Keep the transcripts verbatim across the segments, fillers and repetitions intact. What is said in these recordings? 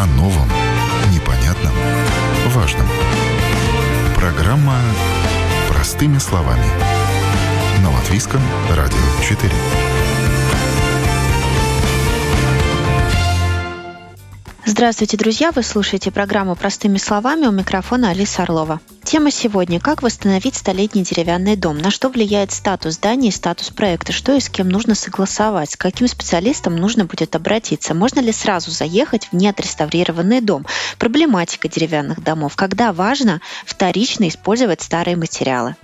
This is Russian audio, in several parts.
О новом, непонятном, важном. Программа «Простыми словами». На Латвийском радио четыре. Здравствуйте, друзья! Вы слушаете программу «Простыми словами», у микрофона Алиса Орлова. Тема сегодня – как восстановить столетний деревянный дом, на что влияет статус здания и статус проекта, что и с кем нужно согласовать, с каким специалистом нужно будет обратиться, можно ли сразу заехать в неотреставрированный дом, проблематика деревянных домов, когда важно вторично использовать старые материалы.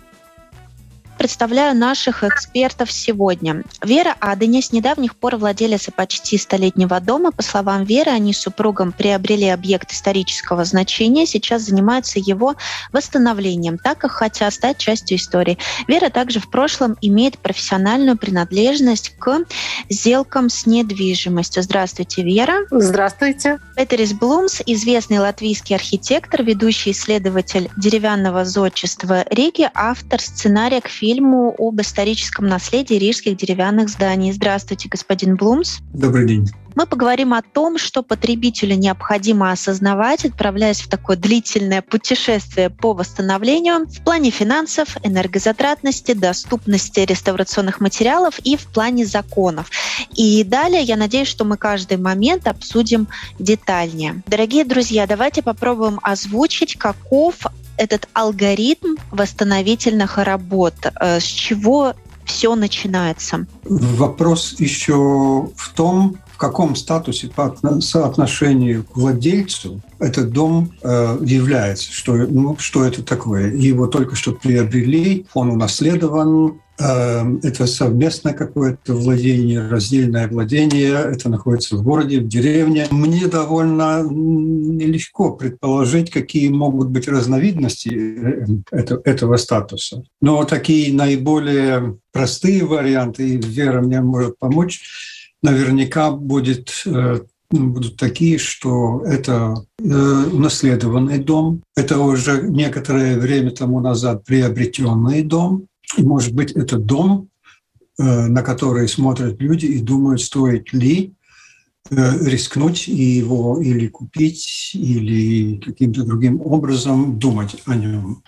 Представляю наших экспертов сегодня. Вера Аденя, с недавних пор владелица почти столетнего дома. По словам Веры, они с супругом приобрели объект исторического значения, сейчас занимаются его восстановлением, так как хотят стать частью истории. Вера также в прошлом имеет профессиональную принадлежность к сделкам с недвижимостью. Здравствуйте, Вера. Здравствуйте. Петерис Блумс, известный латвийский архитектор, ведущий исследователь деревянного зодчества Риги, автор сценария к фильму фильму об историческом наследии рижских деревянных зданий. Здравствуйте, господин Блумс. Добрый день. Мы поговорим о том, что потребителю необходимо осознавать, отправляясь в такое длительное путешествие по восстановлению в плане финансов, энергозатратности, доступности реставрационных материалов и в плане законов. И далее, я надеюсь, что мы каждый момент обсудим детальнее. Дорогие друзья, давайте попробуем озвучить, каков этот алгоритм восстановительных работ, с чего все начинается. Вопрос еще в том, в каком статусе по соотношению к владельцу этот дом э, является, что, ну, что это такое. Его только что приобрели, он унаследован, э, это совместное какое-то владение, раздельное владение, это находится в городе, в деревне. Мне довольно нелегко предположить, какие могут быть разновидности это, этого статуса. Но такие наиболее простые варианты, и Вера мне может помочь, наверняка будет, э, будут такие, что это э, унаследованный дом, это уже некоторое время тому назад приобретенный дом, и, может быть, это дом, э, на который смотрят люди и думают, стоит ли э, рискнуть и его или купить, или каким-то другим образом думать о нем.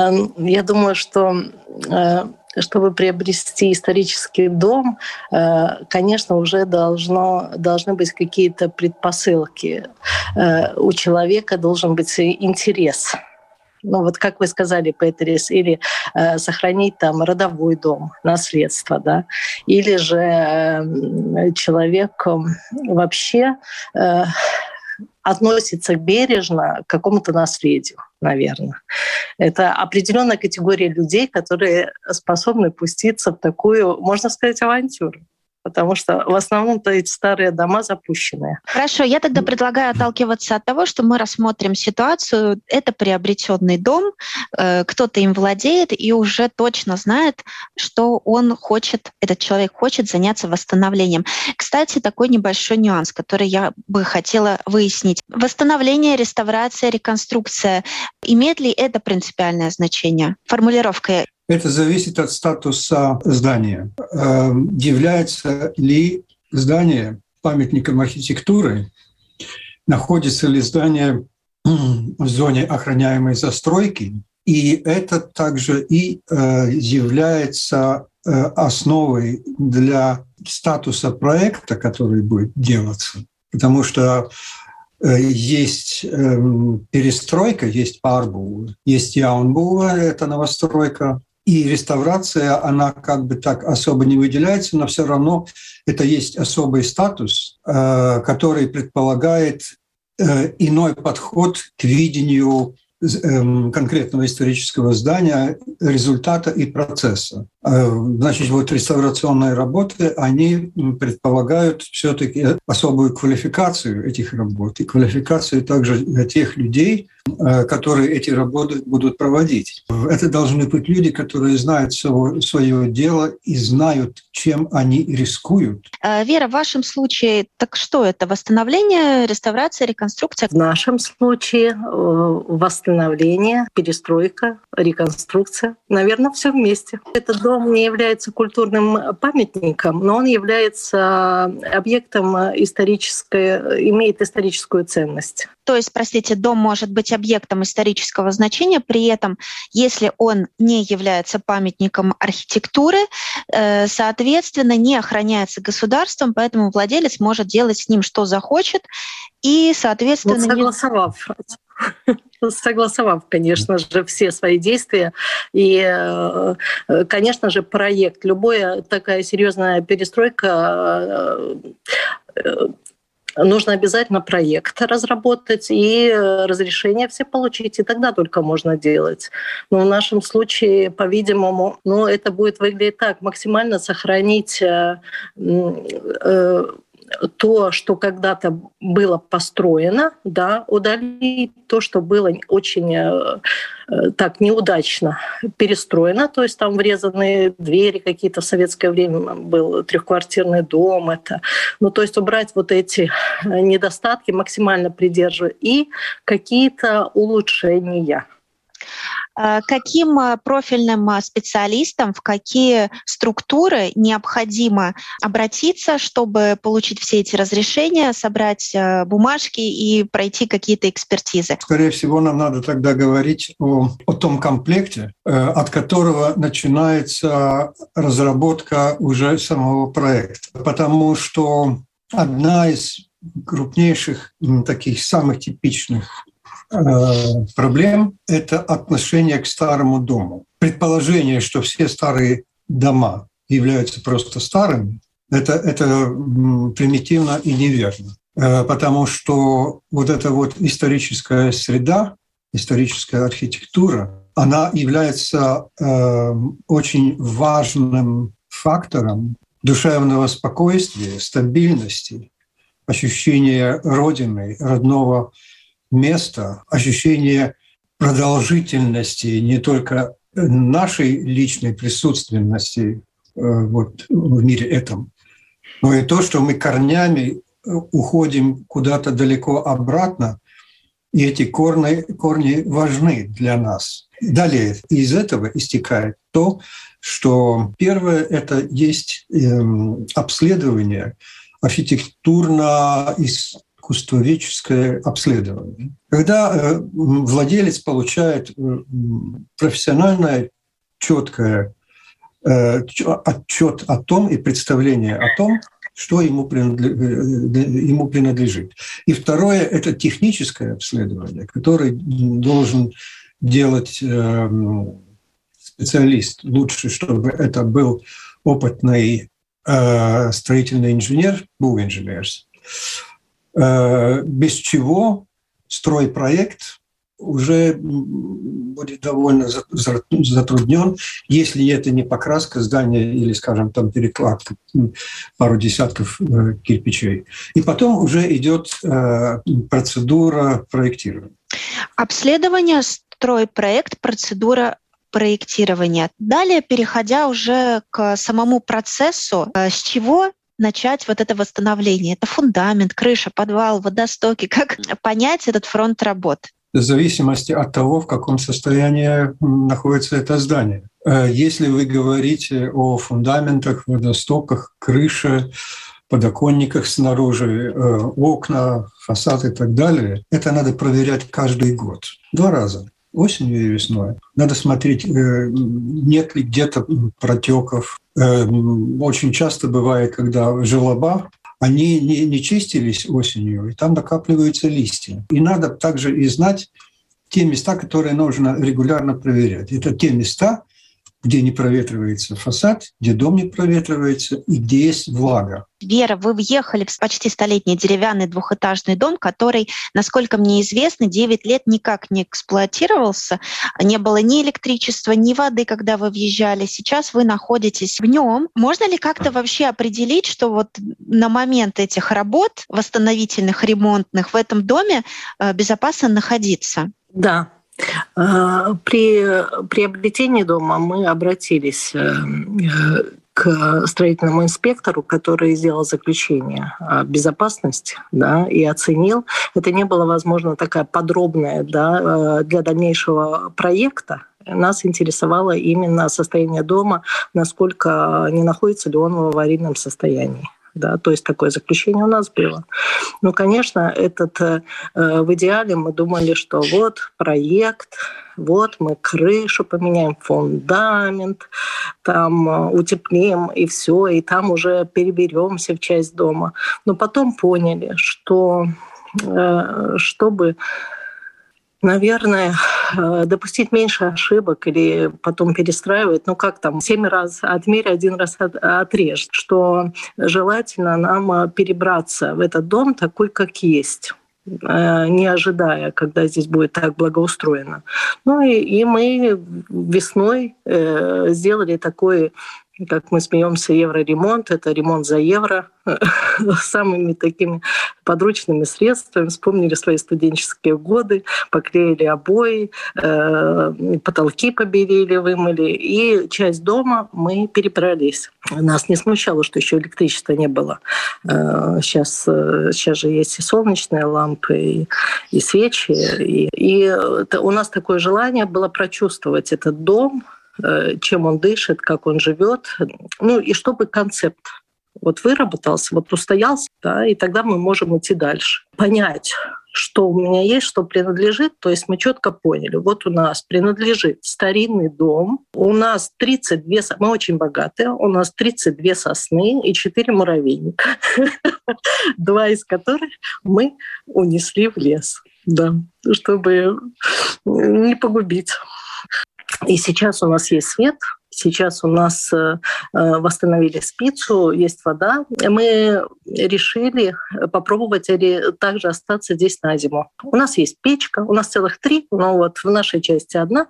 Я думаю, что чтобы приобрести исторический дом, конечно, уже должно, должны быть какие-то предпосылки. У человека должен быть человек. Ну вот как вы сказали, Петерис, или э, сохранить там родовой дом, наследство, да, или же э, человек вообще э, относится бережно к какому-то наследию, наверное. Это определенная категория людей, которые способны пуститься в такую, можно сказать, авантюру. Потому что в основном-то эти старые дома запущенные. Хорошо, я тогда предлагаю отталкиваться от того, что мы рассмотрим ситуацию. Это приобретенный дом, кто-то им владеет и уже точно знает, что он хочет, этот человек хочет заняться восстановлением. Кстати, такой небольшой нюанс, который я бы хотела выяснить. Восстановление, реставрация, реконструкция. Имеет ли это принципиальное значение? Формулировка. Это зависит от статуса здания. Является ли здание памятником архитектуры, находится ли здание в зоне охраняемой застройки, и это также и является основой для статуса проекта, который будет делаться. Потому что есть перестройка, есть pārbūve, есть jaunbūve, это новостройка, и реставрация, она как бы так особо не выделяется, но все равно это есть особый статус, который предполагает иной подход к видению конкретного исторического здания, результата и процесса. Значит, вот реставрационные работы, они предполагают все-таки особую квалификацию этих работ и квалификацию также тех людей, которые эти работы будут проводить. Это должны быть люди, которые знают свое дело и знают, чем они рискуют. Вера, в вашем случае, так что это? Восстановление, реставрация, реконструкция? В нашем случае восстановление, перестройка, реконструкция. Наверное, все вместе. Этот дом не является культурным памятником, но он является объектом исторической, имеет историческую ценность. То есть, простите, дом может быть объектом исторического значения, при этом, если он не является памятником архитектуры, соответственно, не охраняется государством, поэтому владелец может делать с ним что захочет, и, соответственно... Вот согласовав. Согласовав, конечно же, все свои действия. И, конечно же, проект. Любая такая серьезная перестройка, нужно обязательно проект разработать и разрешение все получить, и тогда только можно делать. Но в нашем случае, по-видимому, ну, это будет выглядеть так: максимально сохранить э, э, то, что когда-то было построено, да, удалить то, что было очень э, так неудачно перестроено, то есть там врезанные двери какие-то, в советское время был трехквартирный дом, это, ну, то есть убрать вот эти недостатки, максимально придерживать, и какие-то улучшения. Каким профильным специалистам, в какие структуры необходимо обратиться, чтобы получить все эти разрешения, собрать бумажки и пройти какие-то экспертизы? Скорее всего, нам надо тогда говорить о, о том комплекте, от которого начинается разработка уже самого проекта. Потому что одна из крупнейших, таких самых типичных проблем — это отношение к старому дому. Предположение, что все старые дома являются просто старыми, это, это примитивно и неверно. Потому что вот эта вот историческая среда, историческая архитектура, она является э, очень важным фактором душевного спокойствия, стабильности, ощущения родины, родного место, ощущение продолжительности не только нашей личной присутственности вот, в мире этом, но и то, что мы корнями уходим куда-то далеко обратно, и эти корни, корни важны для нас. Далее из этого истекает то, что первое — это есть обследование архитектурно искусствоведческое обследование. Когда владелец получает профессиональное, четкое отчет о том и представление о том, что ему принадлежит. И второе — это техническое обследование, которое должен делать специалист. Лучше, чтобы это был опытный строительный инженер, бу-инженер, без чего стройпроект уже будет довольно затруднен, если это не покраска здания или, скажем, там перекладка пару десятков кирпичей. И потом уже идет процедура проектирования. Обследование, стройпроект, процедура проектирования. Далее, переходя уже к самому процессу, с чего начать вот это восстановление? Это фундамент, крыша, подвал, водостоки. Как понять этот фронт работ? В зависимости от того, в каком состоянии находится это здание. Если вы говорите о фундаментах, водостоках, крыше, подоконниках снаружи, окна, фасад и так далее, это надо проверять каждый год. Два раза. Осенью и весной. Надо смотреть, нет ли где-то протеков. Очень часто бывает, когда желоба, они не, не чистились осенью, и там накапливаются листья. И надо также и знать те места, которые нужно регулярно проверять. Это те места, где не проветривается фасад, где дом не проветривается и где есть влага. Вера, вы въехали в почти столетний деревянный двухэтажный дом, который, насколько мне известно, девять лет никак не эксплуатировался. Не было ни электричества, ни воды, когда вы въезжали. Сейчас вы находитесь в нем. Можно ли как-то вообще определить, что вот на момент этих работ, восстановительных, ремонтных, в этом доме безопасно находиться? Да. При приобретении дома мы обратились к строительному инспектору, который сделал заключение о безопасности, да, и оценил. Это не было, возможно, такая подробная, да, для дальнейшего проекта. Нас интересовало именно состояние дома, насколько не находится ли он в аварийном состоянии. Да, то есть такое заключение у нас было. Ну, конечно, этот, э, в идеале мы думали, что вот проект, вот мы крышу поменяем, фундамент, там э, утеплим и все, и там уже переберемся в часть дома. Но потом поняли, что э, чтобы, наверное, допустить меньше ошибок или потом перестраивать, ну как там, семь раз отмерь, один раз отрежь, что желательно нам перебраться в этот дом такой, как есть, не ожидая, когда здесь будет так благоустроено. Ну и, и мы весной э, сделали такой, как мы смеемся, евроремонт. Это ремонт за евро, самыми такими подручными средствами. Вспомнили свои студенческие годы, поклеили обои, потолки побелили, вымыли. И часть дома мы перебрались. Нас не смущало, что еще электричества не было. Сейчас, сейчас же есть и солнечные лампы, и, и свечи. И, и у нас такое желание было прочувствовать этот дом, чем он дышит, как он живет, ну и чтобы концепт вот выработался, вот устоялся, да, и тогда мы можем идти дальше. Понять, что у меня есть, что принадлежит, то есть мы четко поняли, вот у нас принадлежит старинный дом, у нас тридцать две, мы очень богатые, у нас тридцать две сосны и четыре муравейника, два из которых мы унесли в лес, да, чтобы не погубить. И сейчас у нас есть свет, сейчас у нас э, восстановили спицу, есть вода. Мы решили попробовать или также остаться здесь на зиму. У нас есть печка, у нас целых три, но вот в нашей части одна.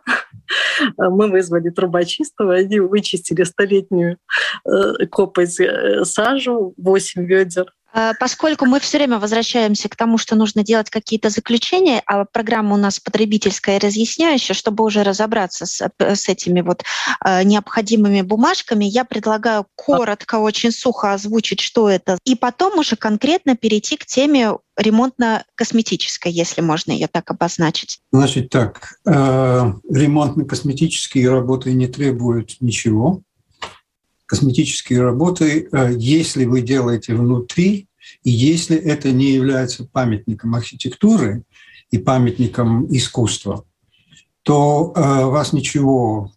Мы вызвали трубочистого, они вычистили столетнюю э, копоть, э, сажу, восемь ведер. Поскольку мы все время возвращаемся к тому, что нужно делать какие-то заключения, а программа у нас потребительская и разъясняющая, чтобы уже разобраться с, с этими вот э, необходимыми бумажками, я предлагаю коротко, очень сухо озвучить, что это, и потом уже конкретно перейти к теме ремонтно-косметической, если можно ее так обозначить. Значит так, э, ремонтно-косметические работы не требуют ничего. Косметические работы, если вы делаете внутри, и если это не является памятником архитектуры и памятником искусства, то вас ничего,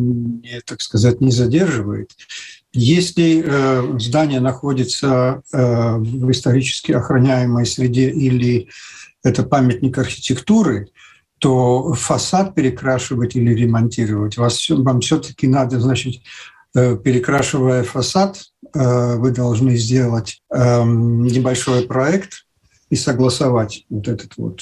так сказать, не задерживает. Если здание находится в исторически охраняемой среде или это памятник архитектуры, то фасад перекрашивать или ремонтировать вам все-таки надо, значит, перекрашивая фасад, вы должны сделать небольшой проект и согласовать вот этот вот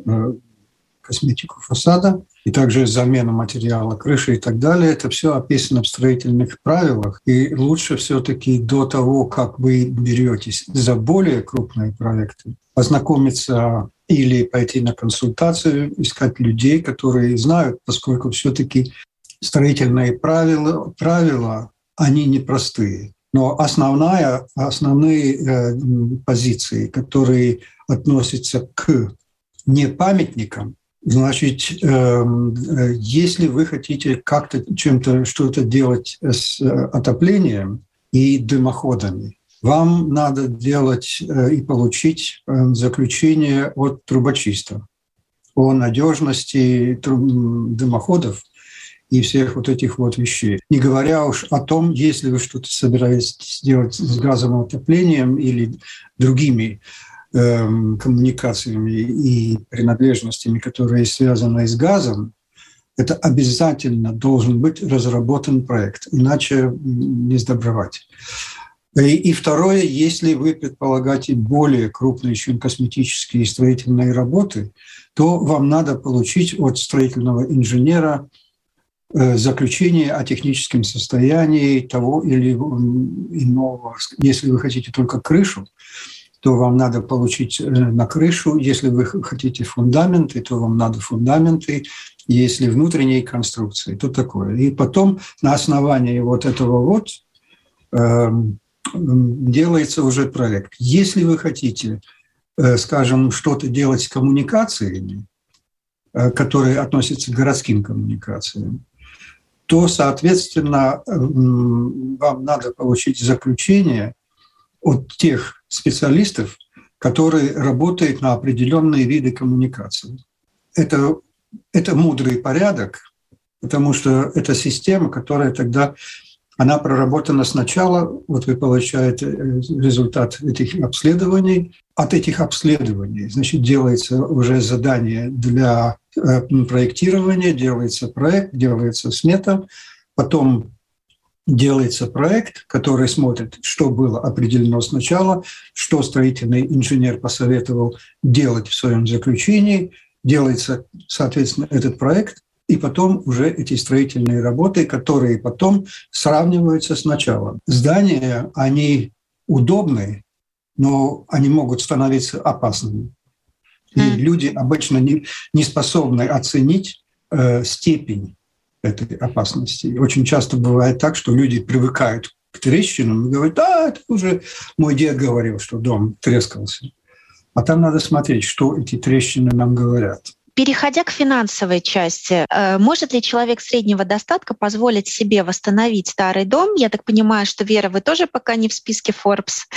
косметику фасада, и также замену материала крыши и так далее. Это все описано в строительных правилах. И лучше все-таки до того, как вы беретесь за более крупные проекты, ознакомиться или пойти на консультацию, искать людей, которые знают, поскольку все-таки строительные правила, правила, они непростые. Но основная, основные э, позиции, которые относятся к непамятникам, значит, э, если вы хотите как-то чем-то что-то делать с отоплением и дымоходами, вам надо делать э, и получить э, заключение от трубочиста о надежности труб, дымоходов и всех вот этих вот вещей. Не говоря уж о том, если вы что-то собираетесь делать с газовым отоплением или другими э, коммуникациями и принадлежностями, которые связаны с газом, это обязательно должен быть разработан проект, иначе не сдобровать. И, и второе, если вы предполагаете более крупные, чем косметические и строительные работы, то вам надо получить от строительного инженера заключение о техническом состоянии того или иного. Если вы хотите только крышу, то вам надо получить на крышу. Если вы хотите фундаменты, то вам надо фундаменты. Если внутренние конструкции, то такое. И потом на основании вот этого вот э, делается уже проект. Если вы хотите, э, скажем, что-то делать с коммуникациями, э, которые относятся к городским коммуникациям, то, соответственно, э, вам надо получить заключение от тех специалистов, которые работают на определенные виды коммуникаций. Это Это мудрый порядок, потому что это система, которая тогда, она проработана сначала, вот вы получаете результат этих обследований. От этих обследований, значит, делается уже задание для проектирования, делается проект, делается смета, потом делается проект, который смотрит, что было определено сначала, что строительный инженер посоветовал делать в своем заключении. Делается, соответственно, этот проект, и потом уже эти строительные работы, которые потом сравниваются с началом. Здания, они удобны, но они могут становиться опасными. И mm. люди обычно не, не способны оценить э, степень этой опасности. Очень часто бывает так, что люди привыкают к трещинам и говорят: да, это уже мой дед говорил, что дом трескался. А там надо смотреть, что эти трещины нам говорят. Переходя к финансовой части, может ли человек среднего достатка позволить себе восстановить старый дом? Я так понимаю, что, Вера, вы тоже пока не в списке Forbes,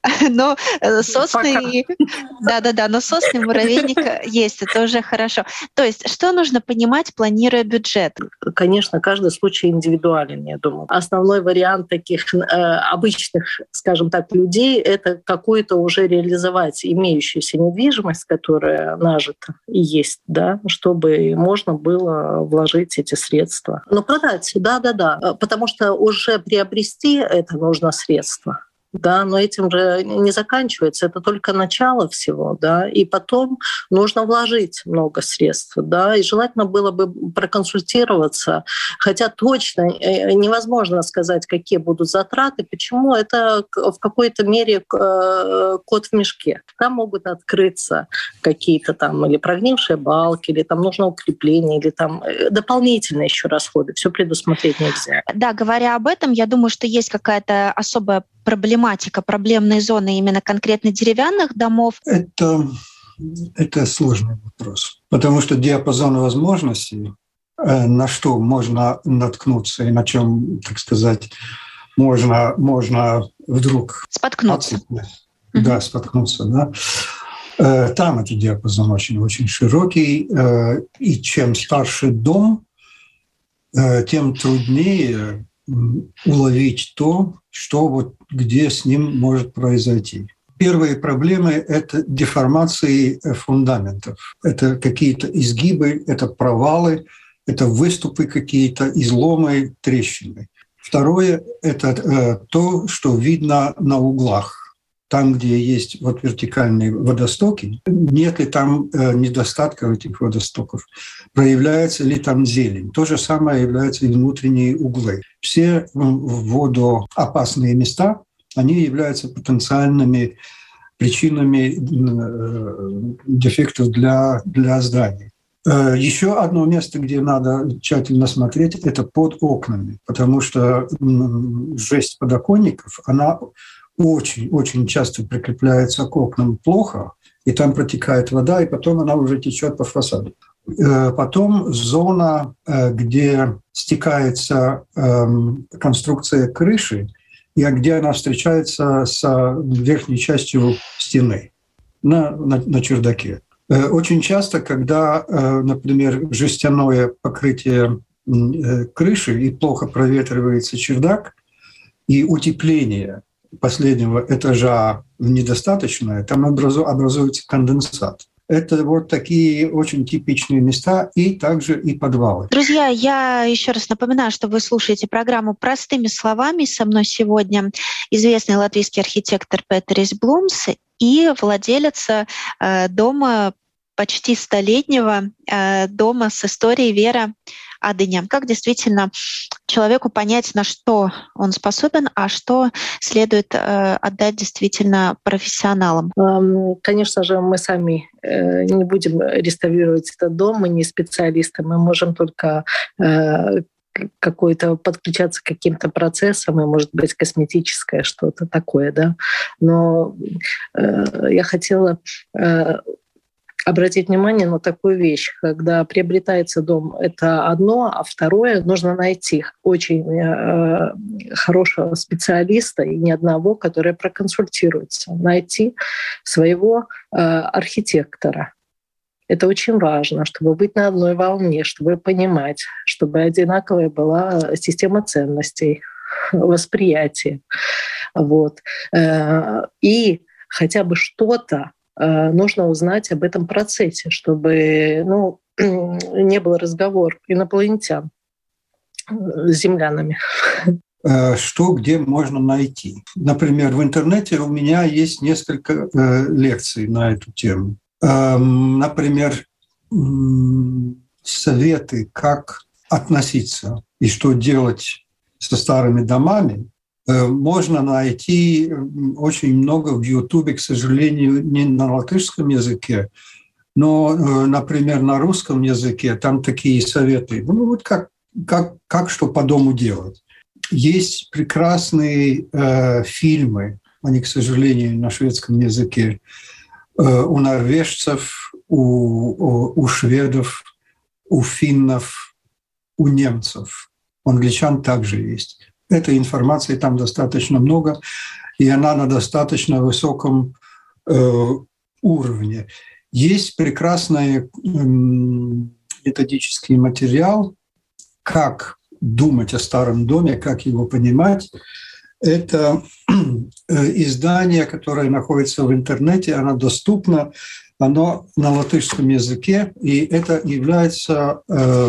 но сосны, да-да-да, но сосны, муравейник есть, это уже хорошо. То есть, что нужно понимать, планируя бюджет? Конечно, каждый случай индивидуален, я думаю. Основной вариант таких э, обычных, скажем так, людей — это какую-то уже реализовать имеющуюся недвижимость, которая нажита и есть, да, чтобы можно было вложить эти средства. Но продать, да-да-да, потому что уже приобрести это нужно средства. Да, но этим же не заканчивается, это только начало всего, да, и потом нужно вложить много средств, да, и желательно было бы проконсультироваться, хотя точно невозможно сказать, какие будут затраты, почему это в какой-то мере кот в мешке. Там могут открыться какие-то там или прогнившие балки, или там нужно укрепление, или там дополнительные еще расходы, все предусмотреть нельзя. Да, говоря об этом, я думаю, что есть какая-то особая проблематика, проблемные зоны именно конкретно деревянных домов? Это, это сложный вопрос, потому что диапазон возможностей, на что можно наткнуться и на чем, так сказать, можно, можно вдруг... Споткнуться. Угу. Да, споткнуться, да. Там этот диапазон очень-очень широкий, и чем старше дом, тем труднее уловить то, что вот где с ним может произойти. Первые проблемы — это деформации фундаментов. Это какие-то изгибы, это провалы, это выступы какие-то, изломы, трещины. Второе — это то, что видно на углах. Там, где есть вот вертикальные водостоки, нет ли там недостатков этих водостоков, проявляется ли там зелень. То же самое являются и внутренние углы. Все водоопасные места, они являются потенциальными причинами дефектов для, для зданий. Еще одно место, где надо тщательно смотреть, это под окнами, потому что жесть подоконников, она очень-очень часто прикрепляется к окнам плохо, и там протекает вода, и потом она уже течет по фасаду. Потом зона, где стекается конструкция крыши, и где она встречается с верхней частью стены на, на, на чердаке. Очень часто, когда, например, жестяное покрытие крыши и плохо проветривается чердак, и утепление последнего этажа недостаточное, там образуется конденсат. Это вот такие очень типичные места, и также и подвалы. Друзья, я еще раз напоминаю, что вы слушаете программу «Простыми словами». Со мной сегодня известный латвийский архитектор Петерис Блумс и владелец дома почти столетнего, дома с историей Вера о дне. Как действительно человеку понять, на что он способен, а что следует э, отдать действительно профессионалам? Конечно же, мы сами э, не будем реставрировать этот дом, мы не специалисты, мы можем только э, какой-то подключаться к каким-то процессам, и, может быть, косметическое что-то такое, да. Но э, я хотела э, обратить внимание на такую вещь. Когда приобретается дом, это одно, а второе, нужно найти очень э, хорошего специалиста, и не одного, который проконсультируется, найти своего э, архитектора. Это очень важно, чтобы быть на одной волне, чтобы понимать, чтобы одинаковая была система ценностей, восприятия. Вот. И хотя бы что-то нужно узнать об этом процессе, чтобы ну, не было разговора инопланетян с землянами. Что, где можно найти? Например, в интернете у меня есть несколько лекций на эту тему. Например, советы, как относиться и что делать со старыми домами, можно найти очень много в Ютубе, к сожалению, не на латышском языке, но, например, на русском языке там такие советы. Ну вот как, как, как что по дому делать. Есть прекрасные э, фильмы, они, к сожалению, на шведском языке, у норвежцев, у, у, у шведов, у финнов, у немцев. У англичан также есть. Этой информации там достаточно много, и она на достаточно высоком э, уровне. Есть прекрасный э, методический материал, как думать о старом доме, как его понимать. Это издание, которое находится в интернете, оно доступно, оно на латышском языке, и это является э,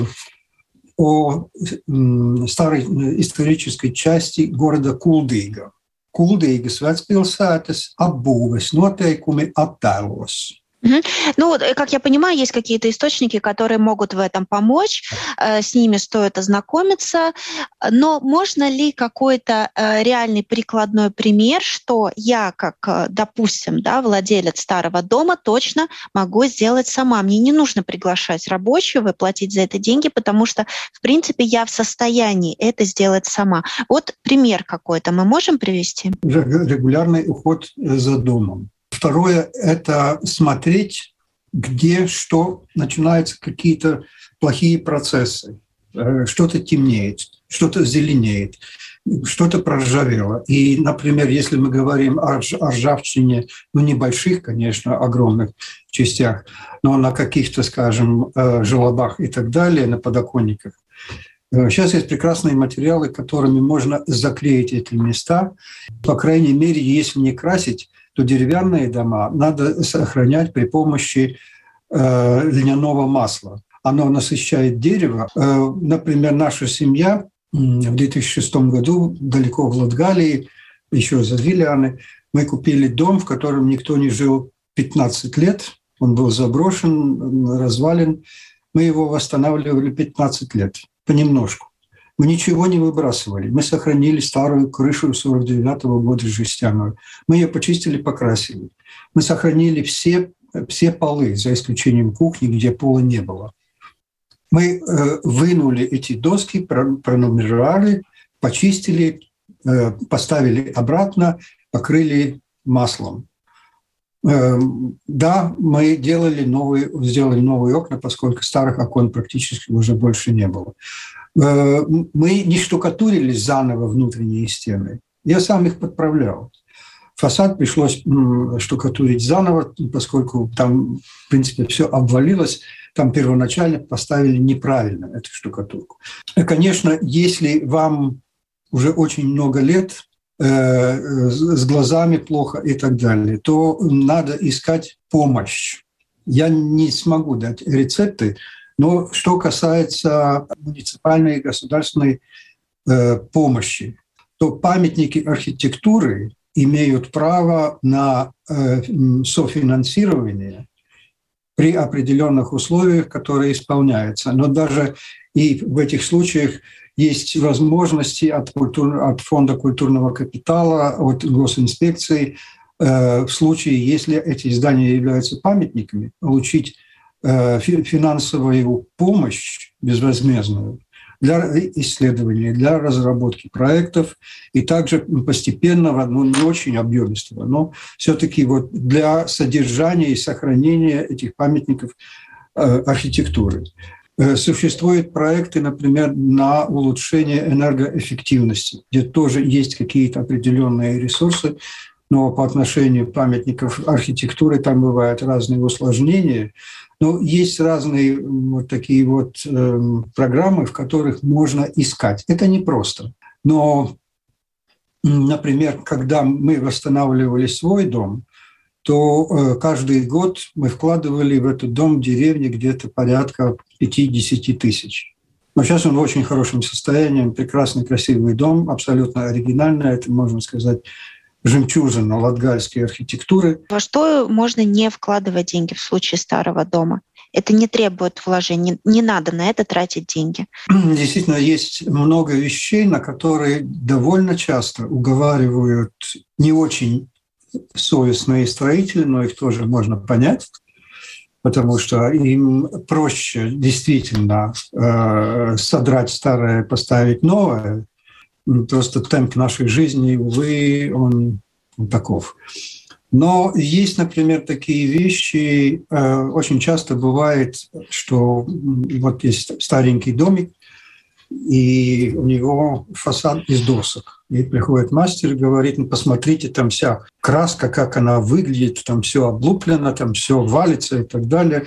о э, старой исторической части города Кулдīga. Кулдīgas vecpilsētas apbūves noteikumi attēlos. Угу. Ну, как я понимаю, есть какие-то источники, которые могут в этом помочь, с ними стоит ознакомиться, но можно ли какой-то реальный прикладной пример, что я, как, допустим, да, владелец старого дома, точно могу сделать сама? Мне не нужно приглашать рабочего и платить за это деньги, потому что, в принципе, я в состоянии это сделать сама. Вот пример какой-то мы можем привести? Регулярный уход за домом. Второе – это смотреть, где что начинаются какие-то плохие процессы. Что-то темнеет, что-то зеленеет, что-то проржавело. И, например, если мы говорим о ржавчине, ну, небольших, конечно, огромных частях, но на каких-то, скажем, желобах и так далее, на подоконниках, сейчас есть прекрасные материалы, которыми можно заклеить эти места. По крайней мере, если не красить, то деревянные дома надо сохранять при помощи э, льняного масла. Оно насыщает дерево. Э, например, наша семья в две тысячи шестом году далеко в Латгалии, еще за Виляны, мы купили дом, в котором никто не жил пятнадцать лет. Он был заброшен, развален. Мы его восстанавливали пятнадцать лет, понемножку. Мы ничего не выбрасывали. Мы сохранили старую крышу сорок девятого года жестяную. Мы ее почистили, покрасили. Мы сохранили все, все полы, за исключением кухни, где пола не было. Мы э, вынули эти доски, пронумеровали, почистили, э, поставили обратно, покрыли маслом. Э, да, мы делали новые, сделали новые окна, поскольку старых окон практически уже больше не было. Мы не штукатурили заново внутренние стены. Я сам их подправлял. Фасад пришлось штукатурить заново, поскольку там, в принципе, все обвалилось. Там первоначально поставили неправильно эту штукатурку. Конечно, если вам уже очень много лет, э, с глазами плохо и так далее, то надо искать помощь. Я не смогу дать рецепты, но что касается муниципальной и государственной э, помощи, то памятники архитектуры имеют право на э, софинансирование при определенных условиях, которые исполняются. Но даже и в этих случаях есть возможности от, культур, от Фонда культурного капитала, от госинспекции, э, в случае, если эти здания являются памятниками, получить э, финансовую помощь безвозмездную для исследований, для разработки проектов и также постепенного, ну не очень объемистого, но все-таки вот для содержания и сохранения этих памятников э, архитектуры. Э, существуют проекты, например, на улучшение энергоэффективности, где тоже есть какие-то определенные ресурсы, но по отношению памятников архитектуры там бывают разные усложнения. Но есть разные вот такие вот э, программы, в которых можно искать. Это непросто. Но, например, когда мы восстанавливали свой дом, то э, каждый год мы вкладывали в этот дом в деревне где-то порядка пятьдесят тысяч. Но сейчас он в очень хорошем состоянии, прекрасный, красивый дом, абсолютно оригинальный, это, можно сказать, жемчужина латгальской архитектуры. Во что можно не вкладывать деньги в случае старого дома? Это не требует вложений, не надо на это тратить деньги. Действительно, есть много вещей, на которые довольно часто уговаривают не очень совестные строители, но их тоже можно понять, потому что им проще действительно э, содрать старое, поставить новое. Просто темп нашей жизни, увы, он таков. Но есть, например, такие вещи. Очень часто бывает, что вот есть старенький домик, и у него фасад из досок. И приходит мастер и говорит: ну, посмотрите, там вся краска, как она выглядит, там все облуплено, там все валится и так далее.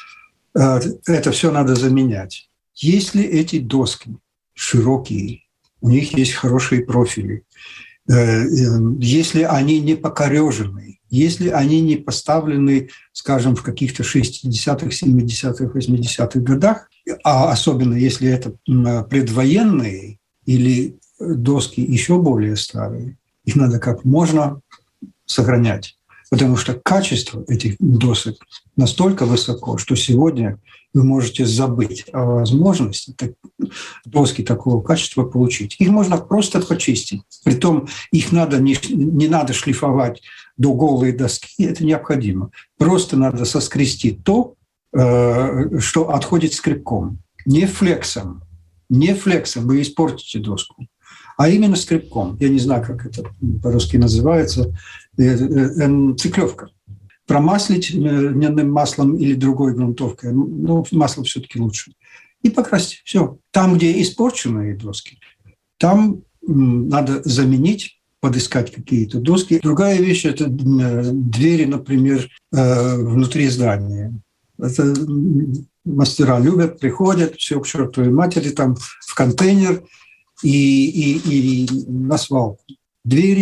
Это все надо заменять. Если эти доски широкие, у них есть хорошие профили, если они не покорежены, если они не поставлены, скажем, в каких-то шестидесятых, семидесятых, восьмидесятых годах, а особенно если это предвоенные или доски еще более старые, их надо как можно сохранять. Потому что качество этих досок настолько высоко, что сегодня вы можете забыть о возможности доски такого качества получить. Их можно просто почистить. Притом их надо не, не надо шлифовать до голой доски, это необходимо. Просто надо соскрести то, что отходит скребком. Не флексом. Не флексом вы испортите доску, а именно скребком. Я не знаю, как это по-русски называется. Циклевка. Промаслить льняным маслом или другой грунтовкой, но масло все-таки лучше. И покрасить. Все. Там, где испорченные доски, там надо заменить, подыскать какие-то доски. Другая вещь – это двери, например, внутри здания. Это мастера любят, приходят, все к чертовой матери, там в контейнер и, и, и на свалку. Двери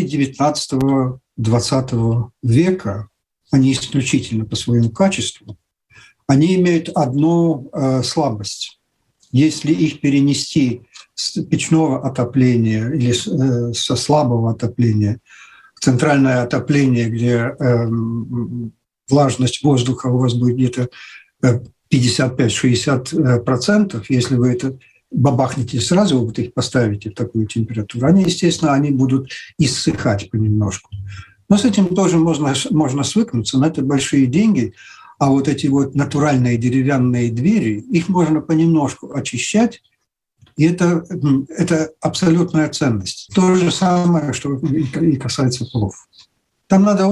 девятнадцатого-двадцатого века, они исключительно по своему качеству, они имеют одну э, слабость. Если их перенести с печного отопления или с, э, со слабого отопления в центральное отопление, где э, влажность воздуха у вас будет где-то пятьдесят пять - шестьдесят процентов, если вы это бабахнете сразу, вот их поставите в такую температуру, они, естественно, они будут иссыхать понемножку. Но с этим тоже можно, можно свыкнуться, но это большие деньги, а вот эти вот натуральные деревянные двери, их можно понемножку очищать, и это, это абсолютная ценность. То же самое, что и касается полов. Там надо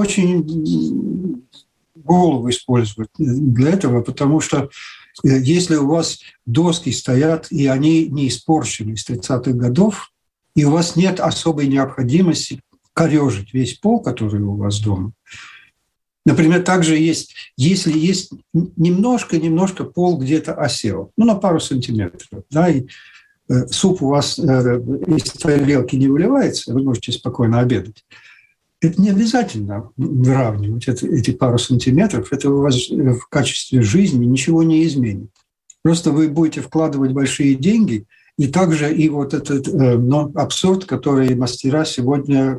очень голову использовать для этого, потому что если у вас доски стоят, и они не испорчены с тридцатых годов, и у вас нет особой необходимости корежить весь пол, который у вас дома. Например, также есть, если есть немножко-немножко пол где-то осел, ну, на пару сантиметров, да, и э, суп у вас э, из тарелки не выливается, вы можете спокойно обедать. Это не обязательно выравнивать это, эти пару сантиметров. Это у вас в качестве жизни ничего не изменит. Просто вы будете вкладывать большие деньги, и также и вот этот э, ну, абсурд, который мастера сегодня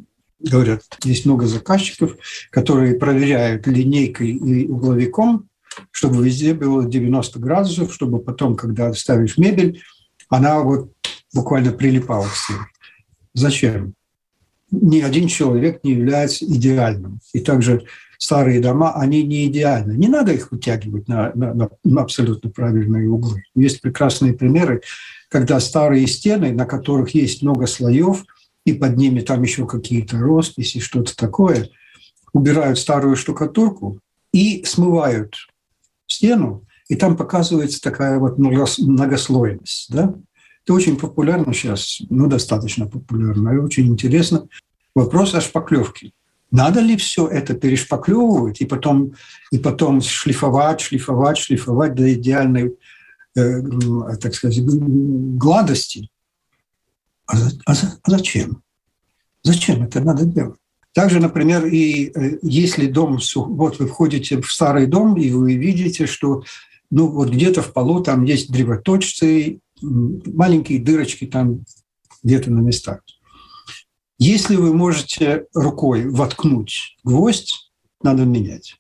говорят. Есть много заказчиков, которые проверяют линейкой и угловиком чтобы везде было девяносто градусов, чтобы потом, когда ставишь мебель, она вот буквально прилипала к стене. Зачем? Ни один человек не является идеальным. И также старые дома, они не идеальны. Не надо их вытягивать на, на, на абсолютно правильные углы. Есть прекрасные примеры, когда старые стены, на которых есть много слоев, и под ними там еще какие-то росписи, что-то такое, убирают старую штукатурку и смывают стену, и там показывается такая вот многослойность. Да? Это очень популярно сейчас, ну, достаточно популярно, и очень интересно. Вопрос о шпаклевке. Надо ли все это перешпаклевывать и потом, и потом шлифовать, шлифовать, шлифовать до идеальной, э, так сказать, гладости? А, а, а зачем? Зачем это надо делать? Также, например, и э, если дом, вот вы входите в старый дом, и вы видите, что ну, вот где-то в полу там есть древоточцы, маленькие дырочки там где-то на местах. Если вы можете рукой воткнуть гвоздь, надо менять.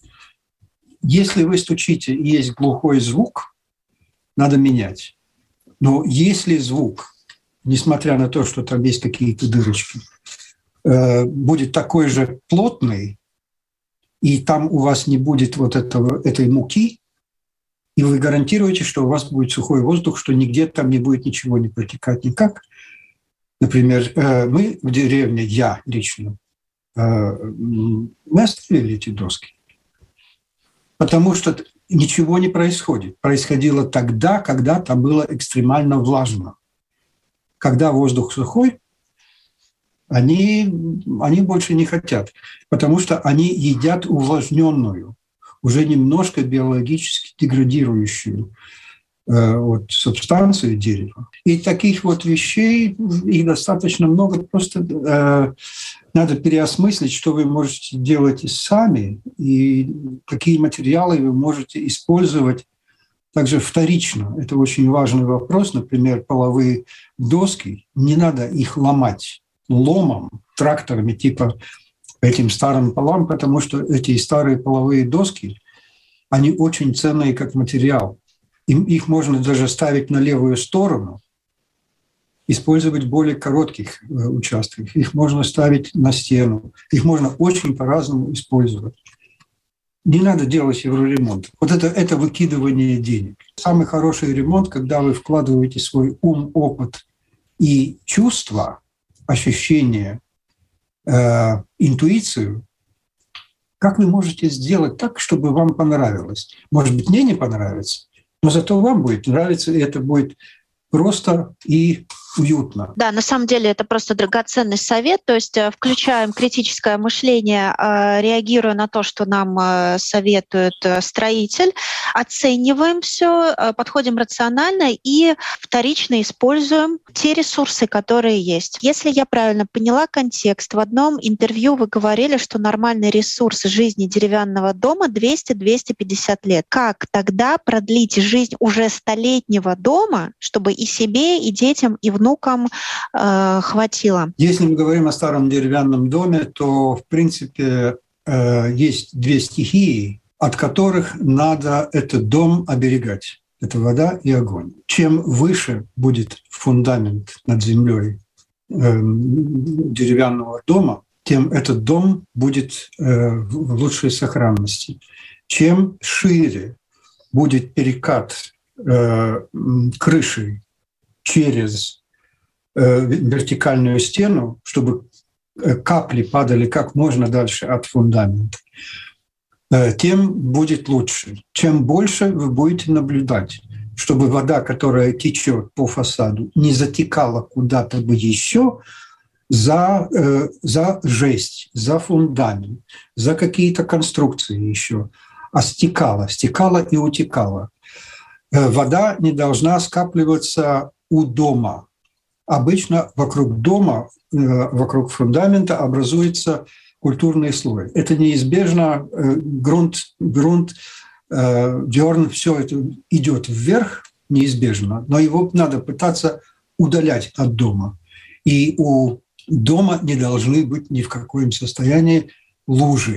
Если вы стучите и есть глухой звук, надо менять. Но если звук, несмотря на то, что там есть какие-то дырочки, будет такой же плотный, и там у вас не будет вот этого, этой муки, и вы гарантируете, что у вас будет сухой воздух, что нигде там не будет ничего не протекать никак. Например, мы в деревне, я лично, мы оставили эти доски, потому что ничего не происходит. Происходило тогда, когда там было экстремально влажно. Когда воздух сухой, они, они больше не хотят, потому что они едят увлажненную, уже немножко биологически деградирующую э, вот, субстанцию дерева. И таких вот вещей, их достаточно много, просто э, надо переосмыслить, что вы можете делать сами, и какие материалы вы можете использовать также вторично. Это очень важный вопрос. Например, половые доски, не надо их ломать ломом, тракторами типа этим старым полам, потому что эти старые половые доски, они очень ценные как материал. Им, их можно даже ставить на левую сторону, использовать в более коротких э, участках. Их можно ставить на стену. Их можно очень по-разному использовать. Не надо делать евроремонт. Вот это, это выкидывание денег. Самый хороший ремонт, когда вы вкладываете свой ум, опыт и чувства, ощущения, э, интуицию, как вы можете сделать так, чтобы вам понравилось? Может быть, мне не понравится, но зато вам будет нравиться, и это будет просто и уютно. Да, на самом деле это просто драгоценный совет. То есть включаем критическое мышление, реагируя на то, что нам советует строитель, оцениваем все, подходим рационально и вторично используем те ресурсы, которые есть. Если я правильно поняла контекст, в одном интервью вы говорили, что нормальный ресурс жизни деревянного дома двести - двести пятьдесят лет. Как тогда продлить жизнь уже столетнего дома, чтобы и себе, и детям, и внукам э, хватило? Если мы говорим о старом деревянном доме, то, в принципе, э, есть две стихии, от которых надо этот дом оберегать. Это вода и огонь. Чем выше будет фундамент над землей э, деревянного дома, тем этот дом будет э, в лучшей сохранности. Чем шире будет перекат э, крыши через э, вертикальную стену, чтобы капли падали как можно дальше от фундамента, э, тем будет лучше. Чем больше вы будете наблюдать, чтобы вода, которая течет по фасаду, не затекала куда-то бы еще за, э, за жесть, за фундамент, за какие-то конструкции еще, а стекала, стекала и утекала. Э, вода не должна скапливаться у дома. Обычно вокруг дома, вокруг фундамента образуется культурный слой. Это неизбежно. Грунт, грунт, дерн, все это идет вверх неизбежно, но его надо пытаться удалять от дома. И у дома не должны быть ни в каком состоянии лужи.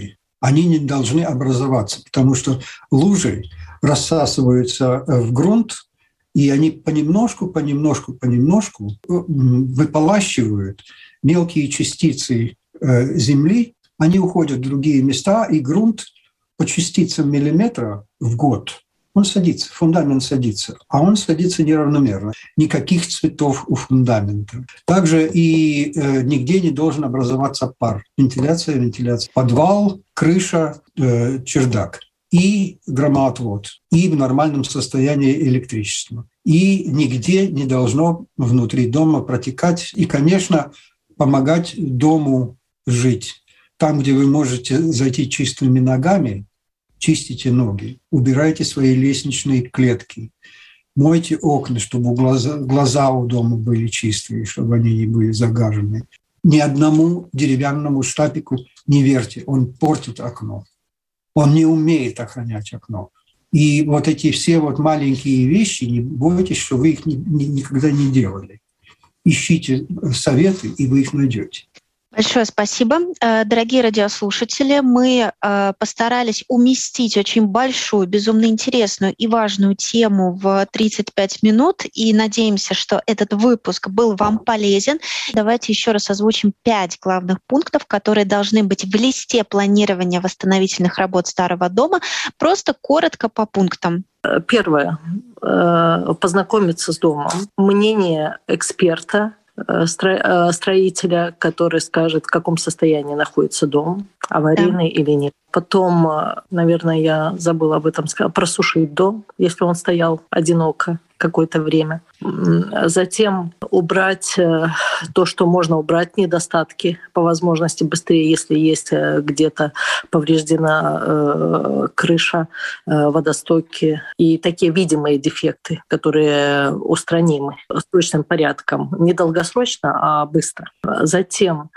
они не должны образоваться, потому что лужи рассасываются в грунт, и они понемножку, понемножку, понемножку выполащивают мелкие частицы земли, они уходят в другие места, и грунт по частицам миллиметра в год, он садится, фундамент садится, а он садится неравномерно. Никаких цветов у фундамента. Также и э, нигде не должен образоваться пар. Вентиляция, вентиляция. Подвал, крыша, э, чердак. И громоотвод. И в нормальном состоянии электричество. И нигде не должно внутри дома протекать. И, конечно, помогать дому жить. Там, где вы можете зайти чистыми ногами, чистите ноги, убирайте свои лестничные клетки, мойте окна, чтобы глаза, глаза у дома были чистые, чтобы они не были загажены. Ни одному деревянному штапику не верьте, он портит окно. Он не умеет охранять окно. И вот эти все вот маленькие вещи, не бойтесь, что вы их ни, ни, никогда не делали. Ищите советы, и вы их найдете. Большое спасибо. Дорогие радиослушатели, мы постарались уместить очень большую, безумно интересную и важную тему в тридцать пять минут, и надеемся, что этот выпуск был вам полезен. Давайте еще раз озвучим пять главных пунктов, которые должны быть в листе планирования восстановительных работ старого дома. Просто коротко по пунктам. Первое. Познакомиться с домом. Мнение эксперта, строителя, который скажет, в каком состоянии находится дом, аварийный да. или нет. Потом, наверное, я забыла об этом сказать, просушить дом, если он стоял одиноко какое-то время. Затем убрать то, что можно убрать, недостатки, по возможности быстрее, если есть где-то повреждена крыша, водостоки и такие видимые дефекты, которые устранимы срочным порядком. Не долгосрочно, а быстро. Затем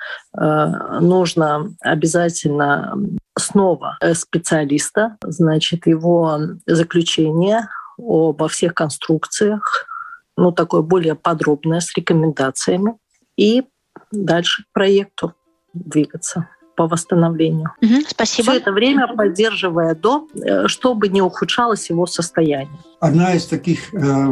нужно обязательно снова специалиста, значит, его заключение обо всех конструкциях, ну, такое более подробное, с рекомендациями. И дальше к проекту двигаться по восстановлению. Угу, спасибо. Все это время поддерживая дом, чтобы не ухудшалось его состояние. Одна из таких э,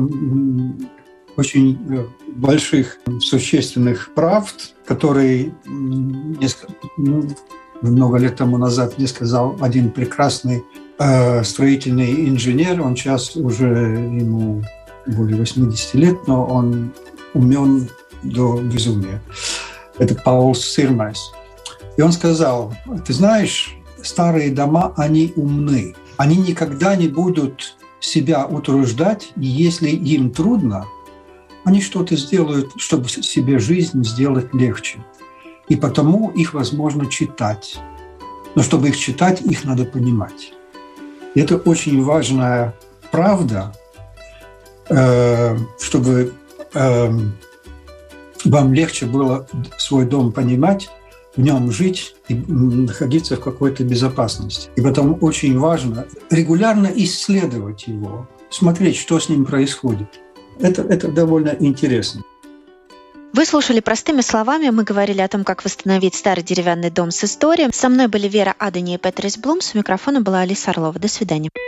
очень больших, существенных правд, которые несколько, ну, много лет тому назад мне сказал один прекрасный э, строительный инженер, он сейчас уже ему более восемьдесят лет, но он умен до безумия. Это Паул Сирмайс. И он сказал, ты знаешь, старые дома, они умны. Они никогда не будут себя утруждать, и если им трудно, они что-то сделают, чтобы себе жизнь сделать легче. И потому их возможно читать. Но чтобы их читать, их надо понимать. И это очень важная правда, чтобы вам легче было свой дом понимать, в нем жить и находиться в какой-то безопасности. И потому очень важно регулярно исследовать его, смотреть, что с ним происходит. Это, это довольно интересно. Вы слушали «Простыми словами». Мы говорили о том, как восстановить старый деревянный дом с историей. Со мной были Вера Адани и Петрис Блумс. У микрофона была Алиса Орлова. До свидания.